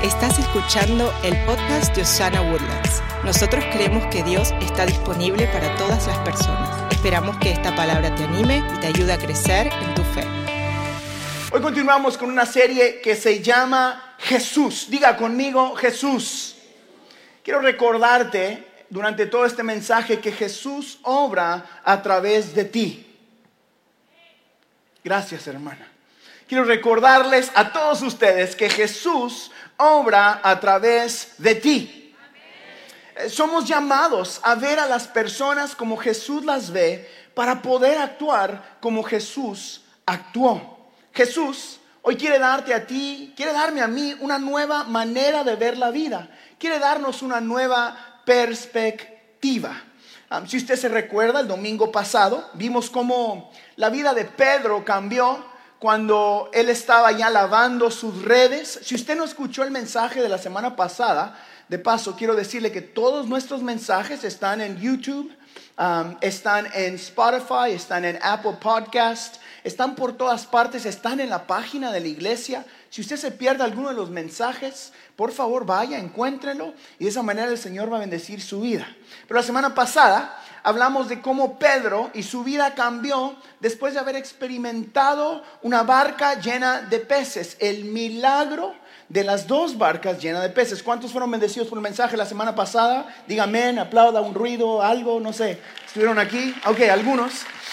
Estás escuchando el podcast de Osana Woodlands. Nosotros creemos que Dios está disponible para todas las personas. Esperamos que esta palabra te anime y te ayude a crecer en tu fe. Hoy continuamos con una serie que se llama Jesús. Diga conmigo, Jesús. Quiero recordarte durante todo este mensaje que Jesús obra a través de ti. Gracias, hermana. Quiero recordarles a todos ustedes que Jesús obra a través de ti. Somos llamados a ver a las personas como Jesús las ve para poder actuar como Jesús actuó. Jesús hoy quiere darte a ti, quiere darme a mí una nueva manera de ver la vida. Quiere darnos una nueva perspectiva. Si usted se recuerda, el domingo pasado vimos cómo la vida de Pedro cambió cuando él estaba ya lavando sus redes. Si usted no escuchó el mensaje de la semana pasada, de paso quiero decirle que todos nuestros mensajes están en YouTube, están en Spotify, están en Apple Podcast, están por todas partes, están en la página de la iglesia. Si usted se pierde alguno de los mensajes, por favor vaya, encuéntrelo y de esa manera el Señor va a bendecir su vida. Pero la semana pasada hablamos de cómo Pedro y su vida cambió después de haber experimentado una barca llena de peces. El milagro de las dos barcas llenas de peces. ¿Cuántos fueron bendecidos por el mensaje la semana pasada? Diga amén, aplauda, un ruido, algo, no sé. ¿Estuvieron aquí? Ok, algunos.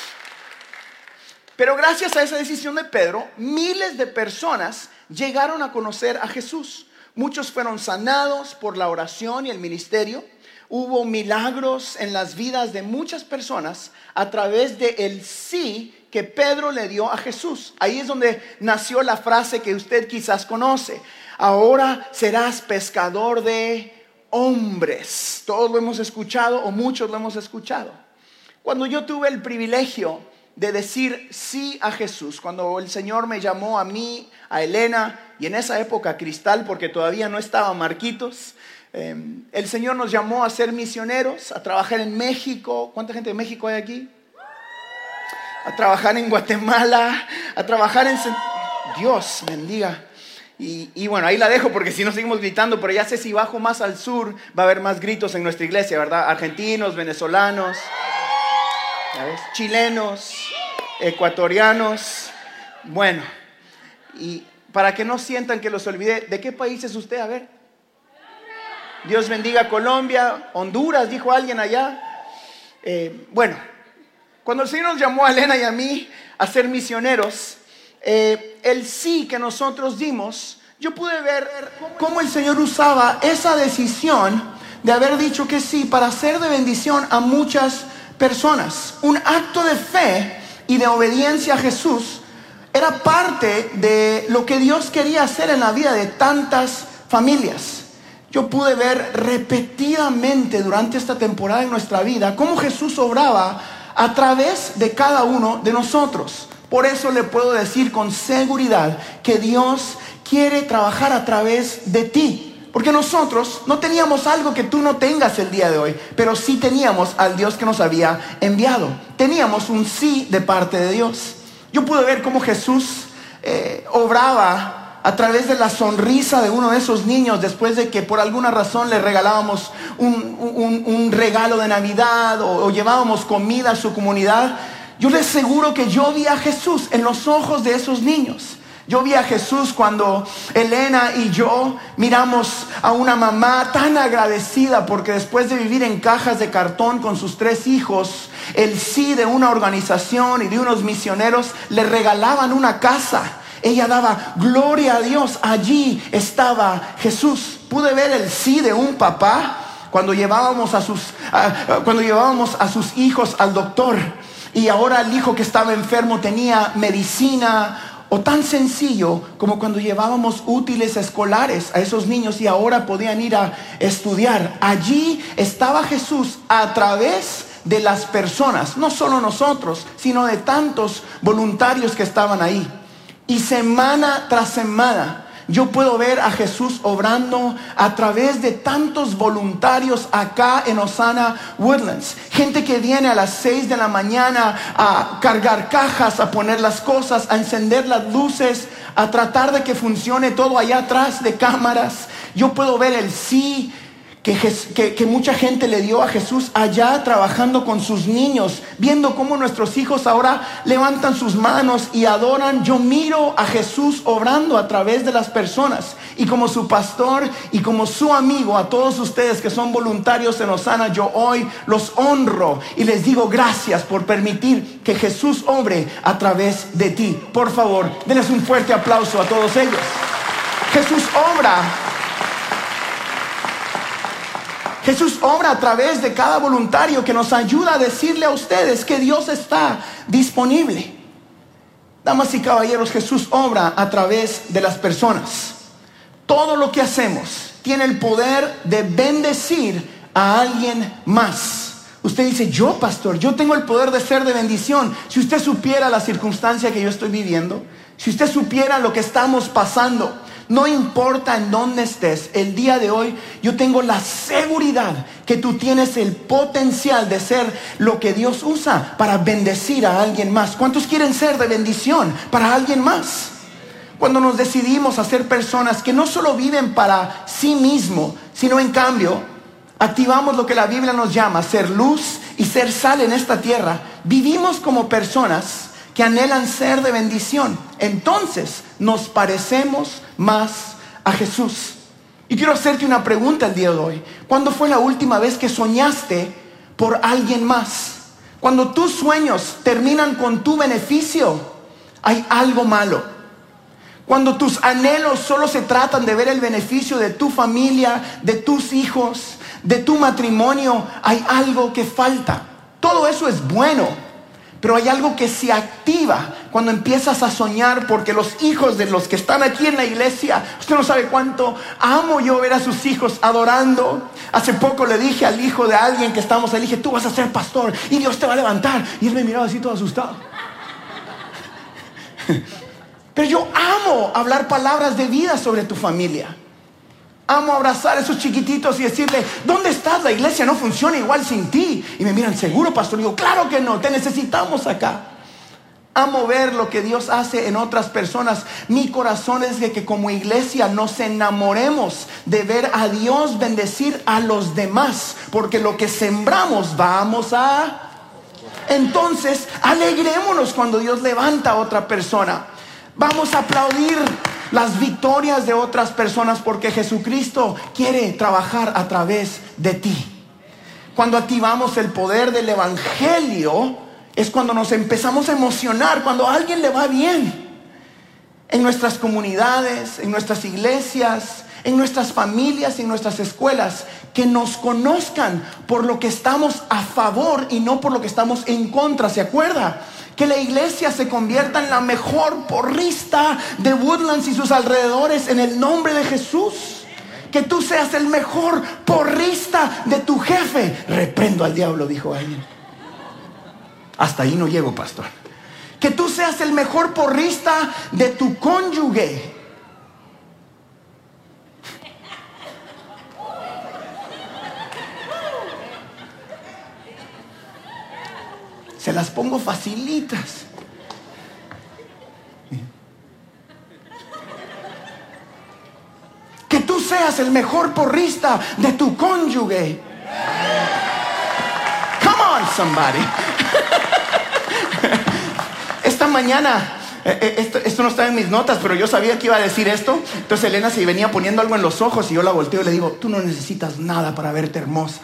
Pero gracias a esa decisión de Pedro, miles de personas llegaron a conocer a Jesús. Muchos fueron sanados por la oración y el ministerio. Hubo milagros en las vidas de muchas personas a través del sí que Pedro le dio a Jesús. Ahí es donde nació la frase que usted quizás conoce. Ahora serás pescador de hombres. Todos lo hemos escuchado o muchos lo hemos escuchado. Cuando yo tuve el privilegio de decir sí a Jesús, cuando el Señor me llamó a mí, a Elena y en esa época a Cristal, porque todavía no estaba Marquitos, el Señor nos llamó a ser misioneros, a trabajar en México. ¿Cuánta gente de México hay aquí? A trabajar en Guatemala, a trabajar en... Dios bendiga. Y bueno, ahí la dejo porque si no seguimos gritando, pero ya sé si bajo más al sur va a haber más gritos en nuestra iglesia, ¿verdad? Argentinos, venezolanos, ¿sabes? Chilenos, ecuatorianos. Bueno, y para que no sientan que los olvidé, ¿de qué país es usted? A ver. Dios bendiga Colombia, Honduras, dijo alguien allá. Bueno, cuando el Señor nos llamó a Elena y a mí a ser misioneros, el sí que nosotros dimos, yo pude ver cómo el Señor usaba esa decisión de haber dicho que sí para ser de bendición a muchas personas. Un acto de fe y de obediencia a Jesús era parte de lo que Dios quería hacer en la vida de tantas familias. Yo pude ver repetidamente durante esta temporada en nuestra vida cómo Jesús obraba a través de cada uno de nosotros. Por eso le puedo decir con seguridad que Dios quiere trabajar a través de ti. Porque nosotros no teníamos algo que tú no tengas el día de hoy, pero sí teníamos al Dios que nos había enviado. Teníamos un sí de parte de Dios. Yo pude ver cómo Jesús obraba a través de la sonrisa de uno de esos niños después de que por alguna razón le regalábamos un regalo de Navidad o llevábamos comida a su comunidad. Yo les aseguro que yo vi a Jesús en los ojos de esos niños. Yo vi a Jesús cuando Elena y yo miramos a una mamá tan agradecida porque después de vivir en cajas de cartón con sus 3 hijos, el sí de una organización y de unos misioneros le regalaban una casa. Ella daba gloria a Dios. Allí estaba Jesús. Pude ver el sí de un papá cuando llevábamos a sus hijos al doctor y ahora el hijo que estaba enfermo tenía medicina. O tan sencillo como cuando llevábamos útiles escolares a esos niños y ahora podían ir a estudiar. Allí estaba Jesús a través de las personas, no solo nosotros, sino de tantos voluntarios que estaban ahí. Y semana tras semana yo puedo ver a Jesús obrando a través de tantos voluntarios acá en Osana Woodlands. Gente que viene a las 6 de la mañana a cargar cajas, a poner las cosas, a encender las luces, a tratar de que funcione todo allá atrás de cámaras. Yo puedo ver el sí que mucha gente le dio a Jesús allá trabajando con sus niños, viendo cómo nuestros hijos ahora levantan sus manos y adoran. Yo miro a Jesús obrando a través de las personas, y como su pastor y como su amigo, a todos ustedes que son voluntarios en Osana, yo hoy los honro y les digo gracias por permitir que Jesús obre a través de ti. Por favor, denles un fuerte aplauso a todos ellos. Jesús obra a través de cada voluntario que nos ayuda a decirle a ustedes que Dios está disponible. Damas y caballeros, Jesús obra a través de las personas. Todo lo que hacemos tiene el poder de bendecir a alguien más. Usted dice, yo pastor, yo tengo el poder de ser de bendición. Si usted supiera la circunstancia que yo estoy viviendo, si usted supiera lo que estamos pasando, no importa en dónde estés, el día de hoy yo tengo la seguridad que tú tienes el potencial de ser lo que Dios usa para bendecir a alguien más. ¿Cuántos quieren ser de bendición para alguien más? Cuando nos decidimos a ser personas que no solo viven para sí mismo, sino en cambio activamos lo que la Biblia nos llama ser luz y ser sal en esta tierra, vivimos como personas que anhelan ser de bendición. Entonces nos parecemos más a Jesús. Y quiero hacerte una pregunta el día de hoy. ¿Cuándo fue la última vez que soñaste por alguien más? Cuando tus sueños terminan con tu beneficio, hay algo malo. Cuando tus anhelos solo se tratan de ver el beneficio de tu familia, de tus hijos, de tu matrimonio, hay algo que falta. Todo eso es bueno, pero hay algo que se activa cuando empiezas a soñar, porque los hijos de los que están aquí en la iglesia, usted no sabe cuánto amo yo ver a sus hijos adorando. Hace poco le dije al hijo de alguien que estábamos ahí, le dije, tú vas a ser pastor y Dios te va a levantar. Y él me miraba así todo asustado. Pero yo amo hablar palabras de vida sobre tu familia. Amo abrazar a esos chiquititos y decirle, ¿dónde estás? La iglesia no funciona igual sin ti. Y me miran, ¿seguro, pastor? Y digo, claro que no, te necesitamos acá. Amo ver lo que Dios hace en otras personas. Mi corazón es de que como iglesia nos enamoremos de ver a Dios bendecir a los demás, porque lo que sembramos vamos a... Entonces, alegrémonos cuando Dios levanta a otra persona. Vamos a aplaudir las victorias de otras personas, porque Jesucristo quiere trabajar a través de ti. Cuando activamos el poder del evangelio, es cuando nos empezamos a emocionar, cuando a alguien le va bien. En nuestras comunidades, en nuestras iglesias, en nuestras familias, en nuestras escuelas, que nos conozcan por lo que estamos a favor y no por lo que estamos en contra. ¿Se acuerda? Que la iglesia se convierta en la mejor porrista de Woodlands y sus alrededores en el nombre de Jesús. Que tú seas el mejor porrista de tu jefe. Reprendo al diablo, dijo alguien. Hasta ahí no llego, pastor. Que tú seas el mejor porrista de tu cónyuge. Se las pongo facilitas. Que tú seas el mejor porrista de tu cónyuge. Come on, somebody. Esta mañana, esto no está en mis notas, pero yo sabía que iba a decir esto. Entonces Elena se venía poniendo algo en los ojos y yo la volteo y le digo, tú no necesitas nada para verte hermosa.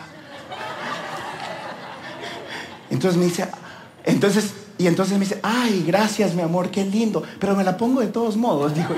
Entonces me dice... Entonces me dice, ay, gracias mi amor, qué lindo, pero me la pongo de todos modos, dijo.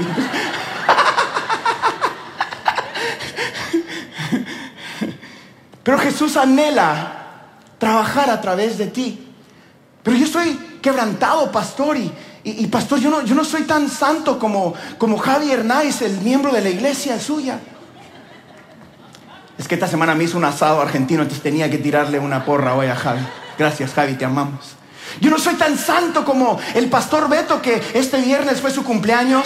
Pero Jesús anhela trabajar a través de ti. Pero yo soy quebrantado, pastor, y pastor, yo no soy tan santo como Javi Hernández, el miembro de la iglesia suya. Es que esta semana me hizo un asado argentino, entonces tenía que tirarle una porra hoy a Javi. Gracias, Javi, te amamos. Yo no soy tan santo como el pastor Beto, que este viernes fue su cumpleaños.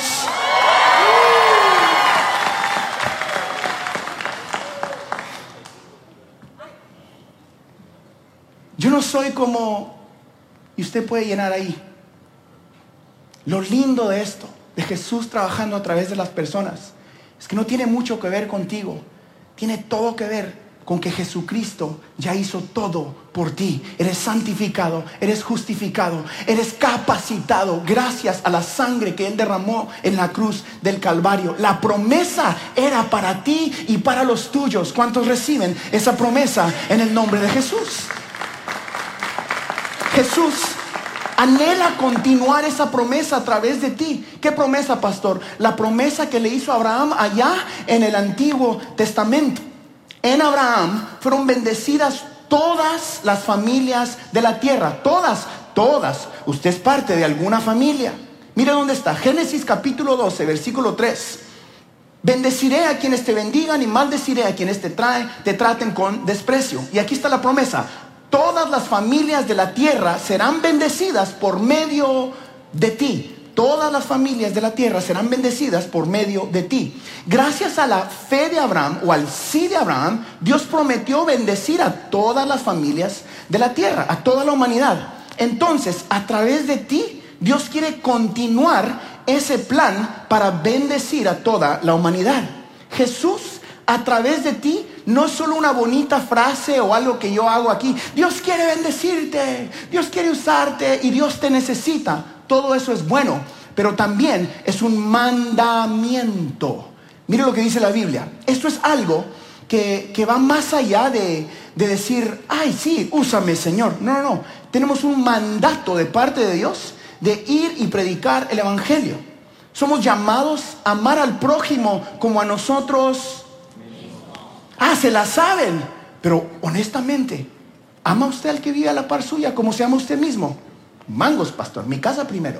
Yo no soy como... Y usted puede llenar ahí. Lo lindo de esto, de Jesús trabajando a través de las personas, Es que no tiene mucho que ver contigo. Tiene todo que ver con que Jesucristo ya hizo todo por ti. Eres santificado, eres justificado, eres capacitado gracias a la sangre que Él derramó en la cruz del Calvario. La promesa era para ti y para los tuyos. ¿Cuántos reciben esa promesa en el nombre de Jesús? Jesús anhela continuar esa promesa a través de ti. ¿Qué promesa, pastor? La promesa que le hizo a Abraham allá en el Antiguo Testamento. En Abraham fueron bendecidas todas las familias de la tierra. Todas. Usted es parte de alguna familia. Mire dónde está. Génesis capítulo 12, versículo 3. Bendeciré a quienes te bendigan y maldeciré a quienes te traten con desprecio. Y aquí está la promesa. Todas las familias de la tierra serán bendecidas por medio de ti. Todas las familias de la tierra serán bendecidas por medio de ti. Gracias a la fe de Abraham o al sí de Abraham, Dios prometió bendecir a todas las familias de la tierra, a toda la humanidad. Entonces, a través de ti, Dios quiere continuar ese plan para bendecir a toda la humanidad. Jesús, a través de ti, no es solo una bonita frase o algo que yo hago aquí. Dios quiere bendecirte, Dios quiere usarte y Dios te necesita. Todo eso es bueno, pero también es un mandamiento. Mire lo que dice la Biblia. Esto es algo que va más allá de decir, ay sí, úsame Señor. No. Tenemos un mandato de parte de Dios de ir y predicar el evangelio. Somos llamados a amar al prójimo como a nosotros. Se la saben. Pero honestamente, ¿ama usted al que vive a la par suya como se ama usted mismo? Mangos, pastor, mi casa primero.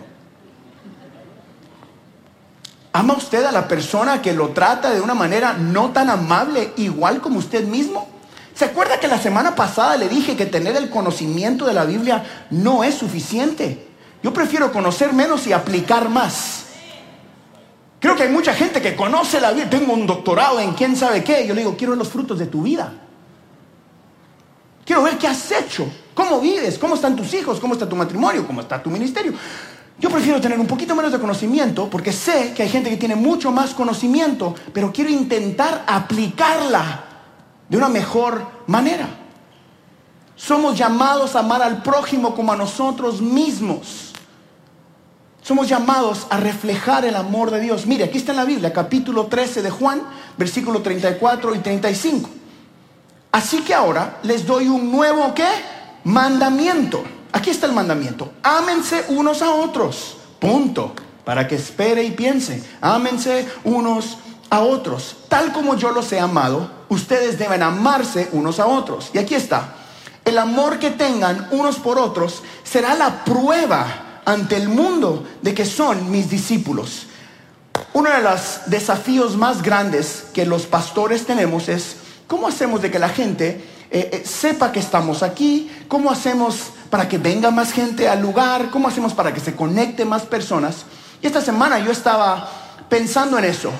¿Ama usted a la persona que lo trata de una manera no tan amable, igual como usted mismo? ¿Se acuerda que la semana pasada le dije que tener el conocimiento de la Biblia no es suficiente? Yo prefiero conocer menos y aplicar más. Creo que hay mucha gente que conoce la Biblia. Tengo un doctorado en quién sabe qué. Yo le digo, quiero ver los frutos de tu vida. Quiero ver qué has hecho, cómo vives, cómo están tus hijos, cómo está tu matrimonio, cómo está tu ministerio. Yo prefiero tener un poquito menos de conocimiento porque sé que hay gente que tiene mucho más conocimiento, pero quiero intentar aplicarla de una mejor manera. Somos llamados a amar al prójimo como a nosotros mismos. Somos llamados a reflejar el amor de Dios. Mire, aquí está en la Biblia, capítulo 13 de Juan, versículo 34 y 35. Así que ahora les doy un nuevo, ¿qué? Mandamiento. Aquí está el mandamiento. Ámense unos a otros. Punto. Para que espere y piense. Ámense unos a otros. Tal como yo los he amado, ustedes deben amarse unos a otros. Y aquí está. El amor que tengan unos por otros será la prueba ante el mundo de que son mis discípulos. Uno de los desafíos más grandes que los pastores tenemos es ¿cómo hacemos de que la gente sepa que estamos aquí? ¿Cómo hacemos para que venga más gente al lugar? ¿Cómo hacemos para que se conecte más personas? Y esta semana yo estaba pensando en eso.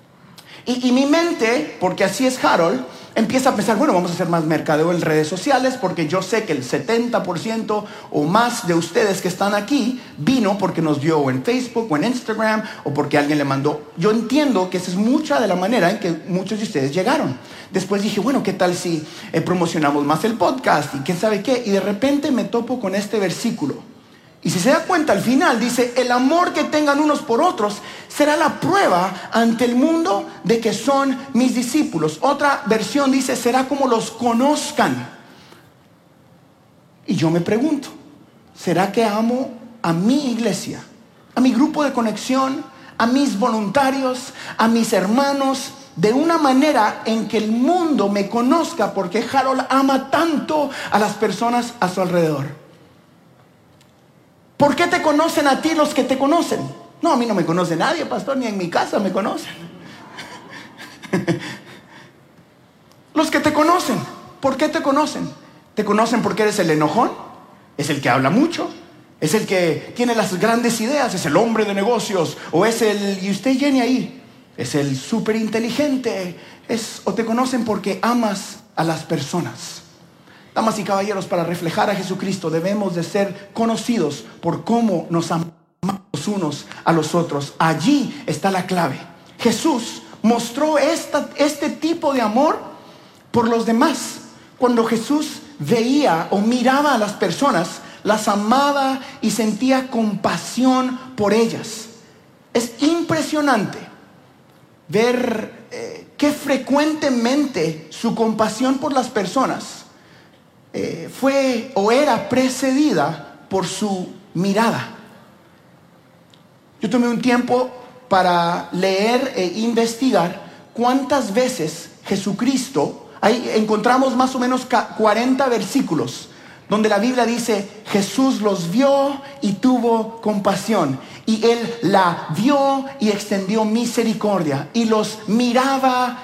Y mi mente, porque así es Harold, empieza a pensar, bueno, vamos a hacer más mercadeo en redes sociales porque yo sé que el 70% o más de ustedes que están aquí vino porque nos vio o en Facebook o en Instagram o porque alguien le mandó. Yo entiendo que esa es mucha de la manera en que muchos de ustedes llegaron. Después dije, bueno, ¿qué tal si promocionamos más el podcast? Y quién sabe qué. Y de repente me topo con este versículo. Y si se da cuenta, al final dice, el amor que tengan unos por otros será la prueba ante el mundo de que son mis discípulos. Otra versión dice, será como los conozcan. Y yo me pregunto, ¿será que amo a mi iglesia, a mi grupo de conexión, a mis voluntarios, a mis hermanos, de una manera en que el mundo me conozca porque Harold ama tanto a las personas a su alrededor? ¿Por qué te conocen a ti los que te conocen? No, a mí no me conoce nadie, pastor, ni en mi casa me conocen. Los que te conocen, ¿por qué te conocen? ¿Te conocen porque eres el enojón? ¿Es el que habla mucho? ¿Es el que tiene las grandes ideas? ¿Es el hombre de negocios? ¿O es el, y usted llene ahí, es el súper inteligente? ¿O te conocen porque amas a las personas? Damas y caballeros, para reflejar a Jesucristo debemos de ser conocidos por cómo nos amamos unos a los otros. Allí está la clave. Jesús mostró este tipo de amor por los demás. Cuando Jesús veía o miraba a las personas, las amaba y sentía compasión por ellas. Es impresionante ver que frecuentemente su compasión por las personas fue o era precedida por su mirada. Yo tomé un tiempo para leer e investigar cuántas veces Jesucristo, ahí encontramos más o menos 40 versículos donde la Biblia dice: Jesús los vio y tuvo compasión, y Él la vio y extendió misericordia, y los miraba.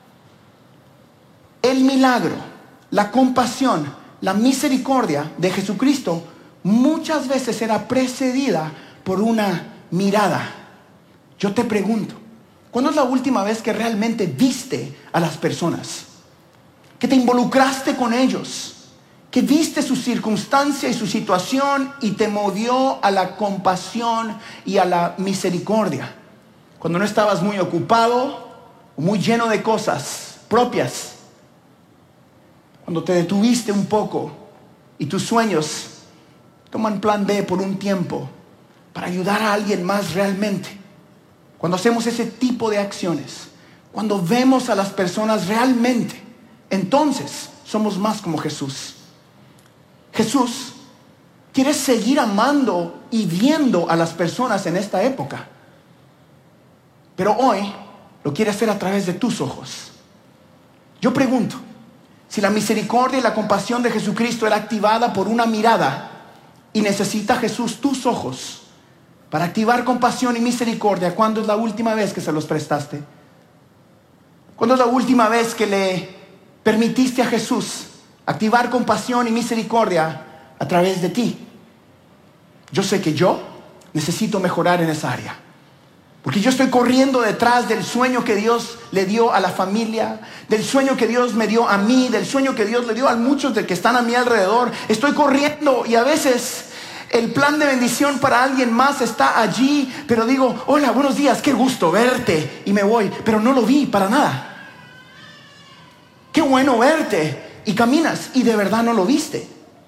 El milagro, la compasión, la misericordia de Jesucristo muchas veces era precedida por una mirada. Yo te pregunto, ¿cuándo es la última vez que realmente viste a las personas? Que te involucraste con ellos, que viste su circunstancia y su situación y te movió a la compasión y a la misericordia. Cuando no estabas muy ocupado o muy lleno de cosas propias. Cuando te detuviste un poco y tus sueños toman plan B por un tiempo para ayudar a alguien más realmente. Cuando hacemos ese tipo de acciones, cuando vemos a las personas realmente, entonces somos más como Jesús. Jesús quiere seguir amando y viendo a las personas en esta época, pero hoy lo quiere hacer a través de tus ojos. Yo pregunto, si la misericordia y la compasión de Jesucristo era activada por una mirada, y necesita Jesús tus ojos para activar compasión y misericordia, ¿cuándo es la última vez que se los prestaste? ¿Cuándo es la última vez que le permitiste a Jesús activar compasión y misericordia a través de ti? Yo sé que yo necesito mejorar en esa área, porque yo estoy corriendo detrás del sueño que Dios le dio a la familia, del sueño que Dios me dio a mí, del sueño que Dios le dio a muchos de que están a mi alrededor. Estoy corriendo y a veces el plan de bendición para alguien más está allí, pero digo: hola, buenos días, qué gusto verte, y me voy, pero no lo vi para nada. Qué bueno verte, y caminas y de verdad no lo viste.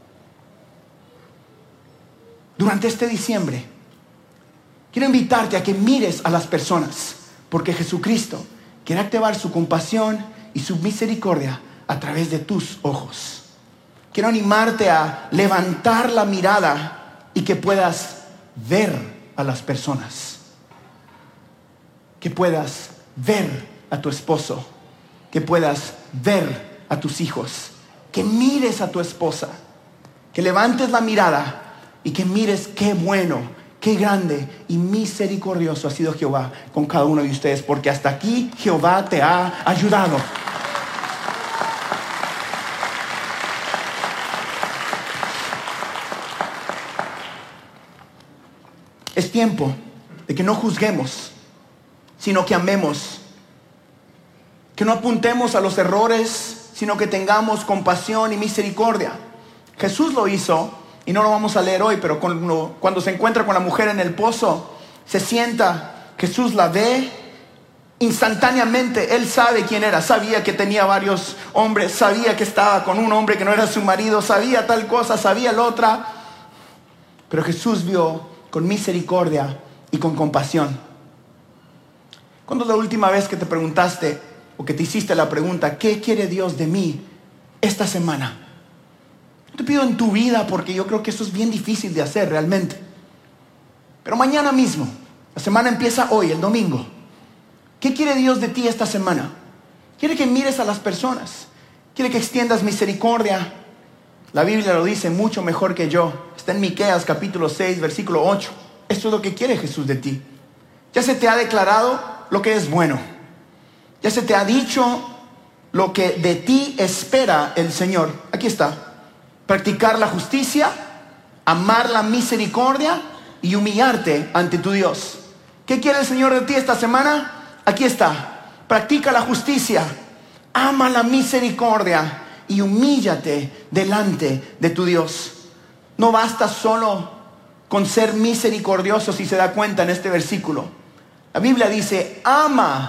Durante este diciembre quiero invitarte a que mires a las personas, porque Jesucristo quiere activar su compasión y su misericordia a través de tus ojos. Quiero animarte a levantar la mirada y que puedas ver a las personas. Que puedas ver a tu esposo. Que puedas ver a tus hijos. Que mires a tu esposa. Que levantes la mirada y que mires qué bueno, qué grande y misericordioso ha sido Jehová con cada uno de ustedes, porque hasta aquí Jehová te ha ayudado. Es tiempo de que no juzguemos, sino que amemos. Que no apuntemos a los errores, sino que tengamos compasión y misericordia. Jesús lo hizo, y no lo vamos a leer hoy, pero cuando se encuentra con la mujer en el pozo, se sienta, Jesús la ve, instantáneamente Él sabe quién era. Sabía que tenía varios hombres, sabía que estaba con un hombre que no era su marido, sabía tal cosa, sabía la otra, pero Jesús vio con misericordia y con compasión. ¿Cuándo es la última vez que te preguntaste o que te hiciste la pregunta: ¿qué quiere Dios de mí esta semana? No te pido en tu vida, porque yo creo que eso es bien difícil de hacer realmente, pero mañana mismo, la semana empieza hoy, el domingo. ¿Qué quiere Dios de ti esta semana? Quiere que mires a las personas, quiere que extiendas misericordia. La Biblia lo dice mucho mejor que yo. Está en Miqueas capítulo 6 versículo 8. Esto es lo que quiere Jesús de ti. Ya se te ha declarado lo que es bueno. Ya se te ha dicho lo que de ti espera el Señor. Aquí está: practicar la justicia, amar la misericordia y humillarte ante tu Dios. ¿Qué quiere el Señor de ti esta semana? Aquí está: practica la justicia, ama la misericordia y humíllate delante de tu Dios. No basta solo con ser misericordioso, si se da cuenta en este versículo. La Biblia dice: ama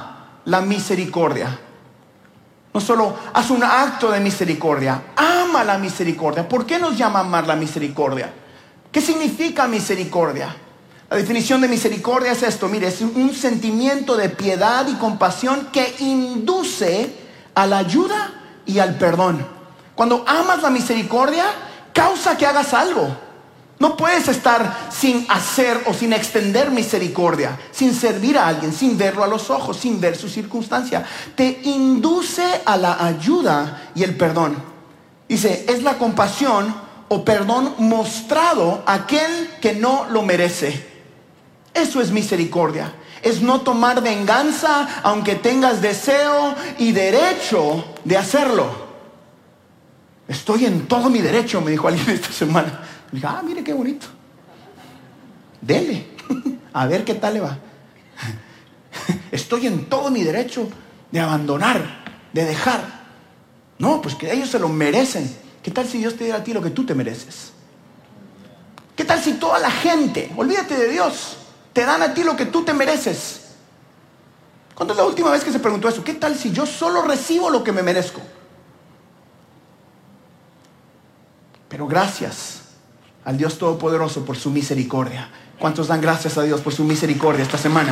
la misericordia. No solo haz un acto de misericordia, ama la misericordia. ¿Por qué nos llama amar la misericordia? ¿Qué significa misericordia? La definición de misericordia es esto, mire, es un sentimiento de piedad y compasión que induce a la ayuda y al perdón. Cuando amas la misericordia, causa que hagas algo. No puedes estar sin hacer o sin extender misericordia, sin servir a alguien, sin verlo a los ojos, sin ver su circunstancia. Te induce a la ayuda y el perdón. Dice, es la compasión o perdón mostrado a aquel que no lo merece. Eso es misericordia. Es no tomar venganza aunque tengas deseo y derecho de hacerlo. Estoy en todo mi derecho, me dijo alguien esta semana. Le dije, mire qué bonito. Dele, a ver qué tal le va. Estoy en todo mi derecho de abandonar, de dejar. No, pues que ellos se lo merecen. ¿Qué tal si Dios te diera a ti lo que tú te mereces? ¿Qué tal si toda la gente, olvídate de Dios, te dan a ti lo que tú te mereces? ¿Cuándo es la última vez que se preguntó eso? ¿Qué tal si yo solo recibo lo que me merezco? Pero gracias al Dios Todopoderoso por su misericordia. ¿Cuántos dan gracias a Dios por su misericordia esta semana?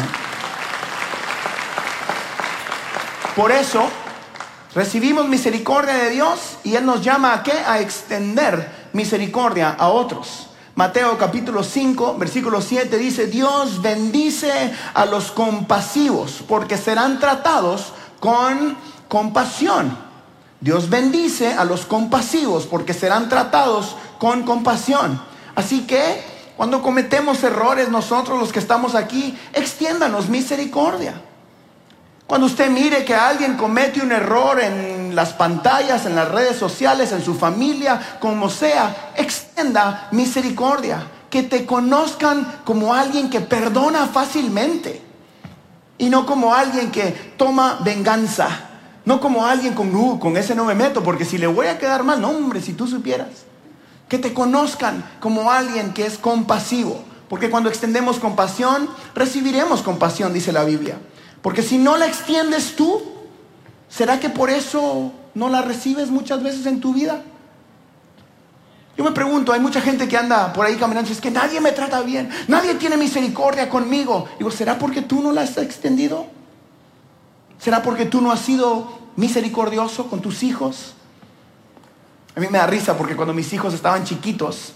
Por eso recibimos misericordia de Dios y Él nos llama ¿a qué? A extender misericordia a otros. Mateo capítulo 5, versículo 7 dice, Dios bendice a los compasivos porque serán tratados con compasión. Dios bendice a los compasivos porque serán tratados con compasión. Así que cuando cometemos errores nosotros los que estamos aquí, extiéndanos misericordia. Cuando usted mire que alguien comete un error en las pantallas, en las redes sociales, en su familia, como sea, extienda misericordia. Que te conozcan como alguien que perdona fácilmente y no como alguien que toma venganza. No como alguien con ese no me meto, porque si le voy a quedar mal, no hombre, si tú supieras. Que te conozcan como alguien que es compasivo, porque cuando extendemos compasión, recibiremos compasión, dice la Biblia. Porque si no la extiendes tú, ¿será que por eso no la recibes muchas veces en tu vida? Yo me pregunto, hay mucha gente que anda por ahí caminando y dice, es que nadie me trata bien, nadie tiene misericordia conmigo. Digo, ¿será porque tú no la has extendido? ¿Será porque tú no has sido misericordioso con tus hijos? A mí me da risa porque cuando mis hijos estaban chiquitos,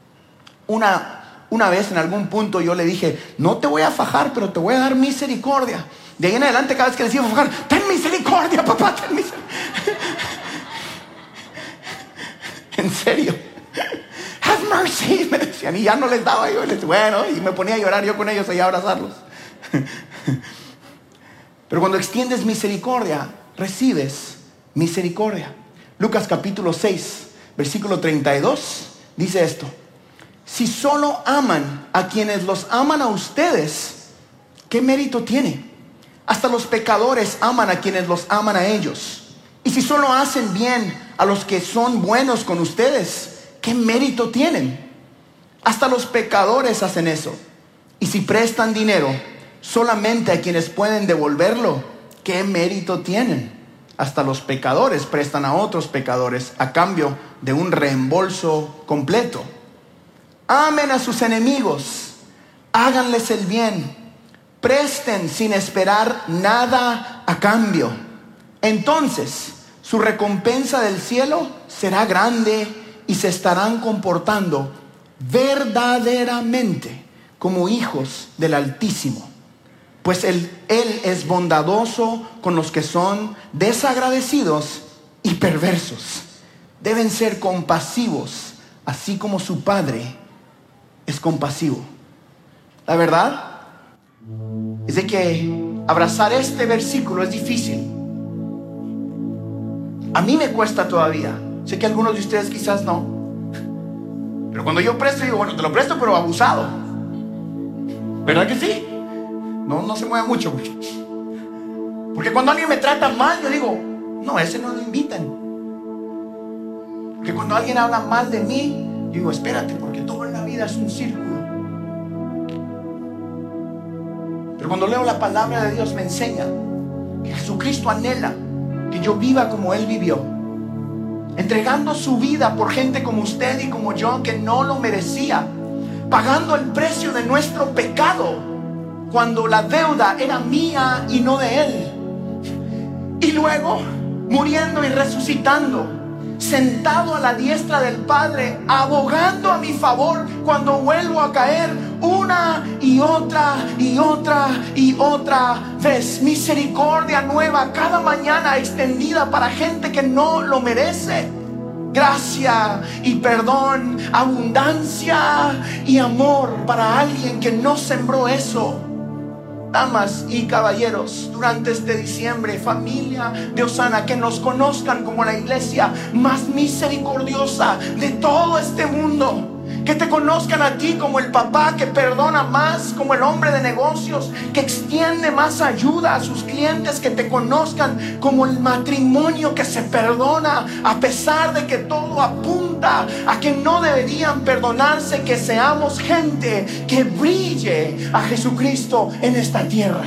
una vez en algún punto yo le dije, no te voy a fajar, pero te voy a dar misericordia. De ahí en adelante cada vez que les iba a fajar, ten misericordia, papá, ten misericordia. En serio. Have mercy, me decían, y ya no les daba. Yo les decía, bueno, y me ponía a llorar yo con ellos allá a abrazarlos. Pero cuando extiendes misericordia, recibes misericordia. Lucas capítulo 6, versículo 32, dice esto. Si solo aman a quienes los aman a ustedes, ¿qué mérito tiene? Hasta los pecadores aman a quienes los aman a ellos. Y si solo hacen bien a los que son buenos con ustedes, ¿qué mérito tienen? Hasta los pecadores hacen eso. Y si prestan dinero solamente a quienes pueden devolverlo, ¿qué mérito tienen? Hasta los pecadores prestan a otros pecadores a cambio de un reembolso completo. Amen a sus enemigos, háganles el bien, presten sin esperar nada a cambio. Entonces su recompensa del cielo será grande y se estarán comportando verdaderamente como hijos del Altísimo. Pues él es bondadoso con los que son desagradecidos y perversos. Deben ser compasivos, así como su Padre es compasivo. La verdad es de que abrazar este versículo es difícil. A mí me cuesta todavía. Sé que algunos de ustedes quizás no. Pero cuando yo presto, digo, bueno, te lo presto, pero abusado. ¿Verdad que sí? No se mueve mucho. Porque cuando alguien me trata mal, yo digo, no, ese no lo invitan. Porque cuando alguien habla mal de mí, yo digo, espérate, porque todo en la vida es un círculo. Pero cuando leo la palabra de Dios me enseña que Jesucristo anhela que yo viva como Él vivió, entregando su vida por gente como usted y como yo, que no lo merecía, pagando el precio de nuestro pecado cuando la deuda era mía y no de Él, y luego muriendo y resucitando, sentado a la diestra del Padre, abogando a mi favor cuando vuelvo a caer una y otra y otra y otra vez. Misericordia nueva cada mañana, extendida para gente que no lo merece. Gracia y perdón, abundancia y amor para alguien que no sembró eso. Damas y caballeros, durante este diciembre, familia de Osana, que nos conozcan como la iglesia más misericordiosa de todo este mundo. Que te conozcan a ti como el papá que perdona más, como el hombre de negocios que extiende más ayuda a sus clientes. Que te conozcan como el matrimonio que se perdona a pesar de que todo apunta a que no deberían perdonarse. Que seamos gente que brille a Jesucristo en esta tierra.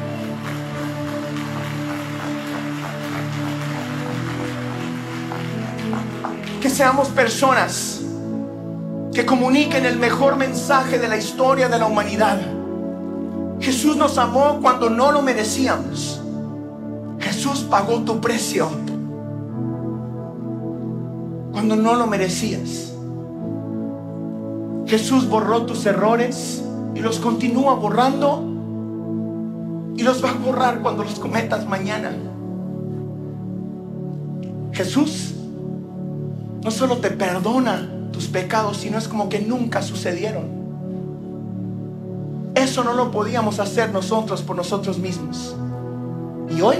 Que seamos personas que comuniquen el mejor mensaje de la historia de la humanidad. Jesús nos amó cuando no lo merecíamos. Jesús pagó tu precio cuando no lo merecías. Jesús borró tus errores y los continúa borrando, y los va a borrar cuando los cometas mañana. Jesús no solo te perdona tus pecados, sino es como que nunca sucedieron. Eso no lo podíamos hacer nosotros por nosotros mismos. Y hoy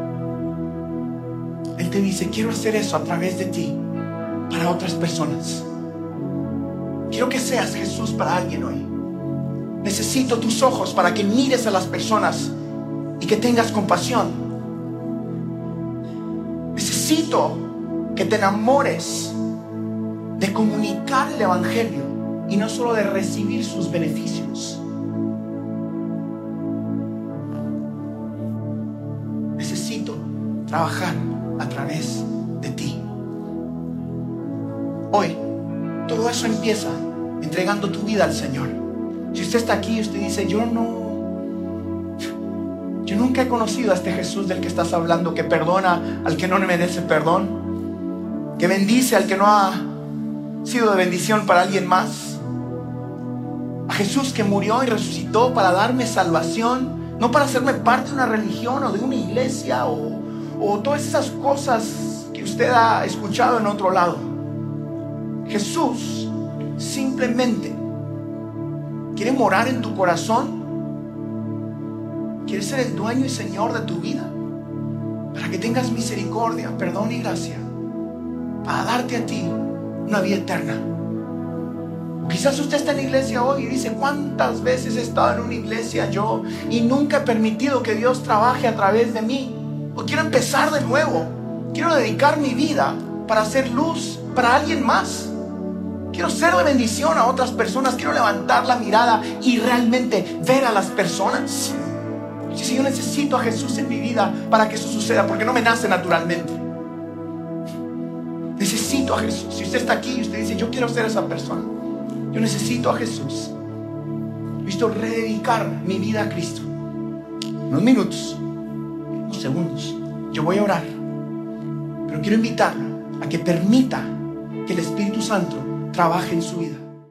Él te dice: quiero hacer eso a través de ti para otras personas. Quiero que seas Jesús para alguien hoy. Necesito tus ojos para que mires a las personas y que tengas compasión. Necesito que te enamores de comunicar el evangelio y no solo de recibir sus beneficios. Necesito trabajar a través de ti. Hoy todo eso empieza entregando tu vida al Señor. Si usted está aquí y usted dice: yo nunca he conocido a este Jesús del que estás hablando, que perdona al que no merece perdón, que bendice al que no ha sido de bendición para alguien más. A Jesús que murió y resucitó para darme salvación, no para hacerme parte de una religión o de una iglesia o todas esas cosas que usted ha escuchado en otro lado. Jesús simplemente quiere morar en tu corazón, quiere ser el dueño y Señor de tu vida, para que tengas misericordia, perdón y gracia, para darte a ti una vida eterna. O quizás usted está en la iglesia hoy y dice: ¿cuántas veces he estado en una iglesia yo y nunca he permitido que Dios trabaje a través de mí? O quiero empezar de nuevo, quiero dedicar mi vida para hacer luz para alguien más. Quiero ser de bendición a otras personas, quiero levantar la mirada y realmente ver a las personas. Si yo necesito a Jesús en mi vida para que eso suceda, porque no me nace naturalmente. Necesito a Jesús. Si usted está aquí y usted dice: yo quiero ser esa persona, yo necesito a Jesús, necesito rededicar mi vida a Cristo. Unos minutos, unos segundos, yo voy a orar, pero quiero invitarlo a que permita que el Espíritu Santo trabaje en su vida.